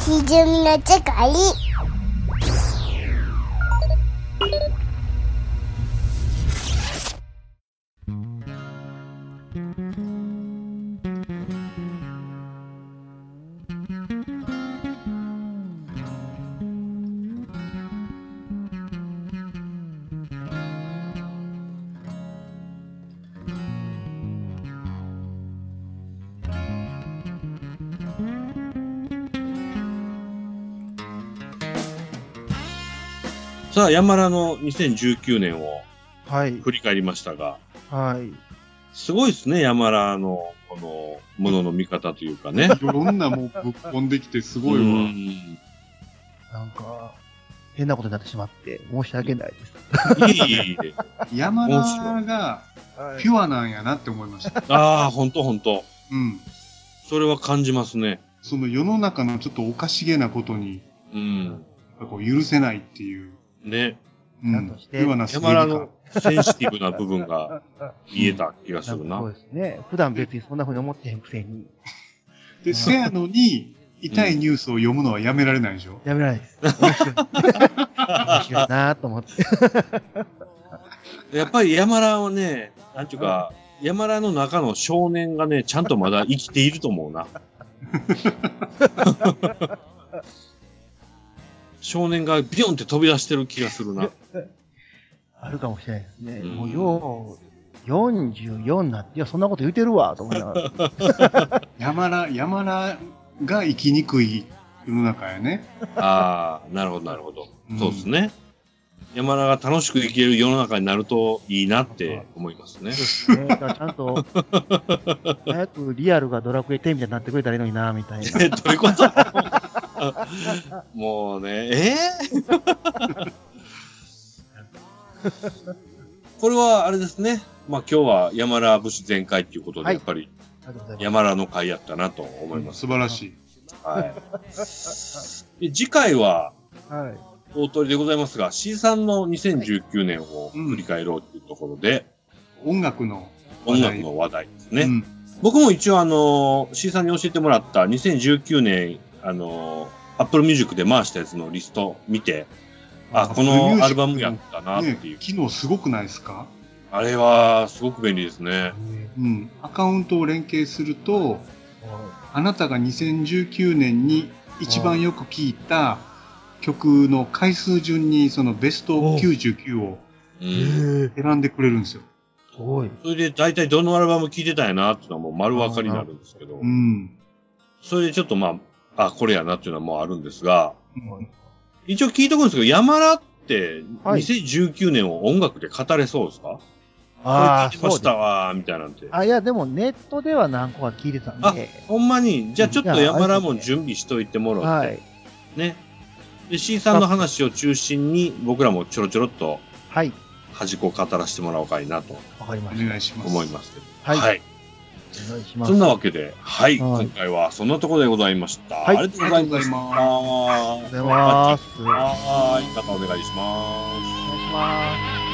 基準の世界。 さあ、山田の2019年をはい。 振り返りましたが、 はい。 すごいですね、山田のこのものの見方というかね。 いろんなもうぶっ込んできてすごいわ。 なんか、変なことになってしまって申し訳ないです。 いえいえ。 山田がピュアなんやなって思いました。 ああ、ほんと。 うん。 それは感じますね。 その世の中のちょっとおかしげなことに、 うん。 こう許せないっていう。 ね。 うん。ピュアな山田のセンシティブな部分が見えた気がするな。 そうですね。普段別にそんな風に思ってへんくせに。 で、せやのに、痛いニュースを読むのはやめられないでしょ。 やめられないです。面白い。面白いなぁと思って。 やっぱり山田はね、なんていうか、山田の中の少年がね、ちゃんとまだ生きていると思うな。少年がビヨンって飛び出してる気がするな。 あるかもしれないですね。もうよう、44になって、いや、そんなこと言うてるわ、と思いながら。 山田が生きにくい世の中やね。 ああ、なるほど。そうですね。山田が楽しく生きれる世の中になるといいなって思いますね。 そうですね。だからちゃんと、早くリアルがドラクエ10みたいになってくれたらいいのにな、みたいな。 どういうこともうね、これはあれですね。まあ今日は山田節全開っていうことで、やっぱり山田の会やったなと思います。 素晴らしい。 はい。で次回は、 はい。 大鳥でございますが、C さんの2019年を振り返ろうというところで、 音楽の話題ですね。僕も一応C さんに教えてもらった2019年、Apple Music で回したやつのリスト見て、あ、このアルバムやったなっていう。 機能すごくないですか？ あれはすごく便利ですね。 うん。アカウントを連携すると、あなたが2019年に一番よく聴いた曲の回数順にそのベスト99を選んでくれるんですよ。 すごい。 それで大体どのアルバム聴いてたんやなっていうのはもう丸分かりになるんですけど、それでちょっとまあ、これやなっていうのはもうあるんですが、一応聞いとくんですけど、山田って2019年を音楽で語れそうですか？ああ、聞いてましたわーみたいなんて。 いや、でもネットでは何個か聞いてたんで。 ほんまに、じゃあちょっと山田も準備しといてもらって、ね。で、C さんの話を中心に僕らもちょろちょろっと、端っこを語らせてもらおうかいなと。 わかりました。 お願いします。 思いますけど。 はい。お願いします。 そんなわけで、今回はそんなところでございました。ありがとうございました。 ありがとうございます。 はい、またお願いします。 お願いします。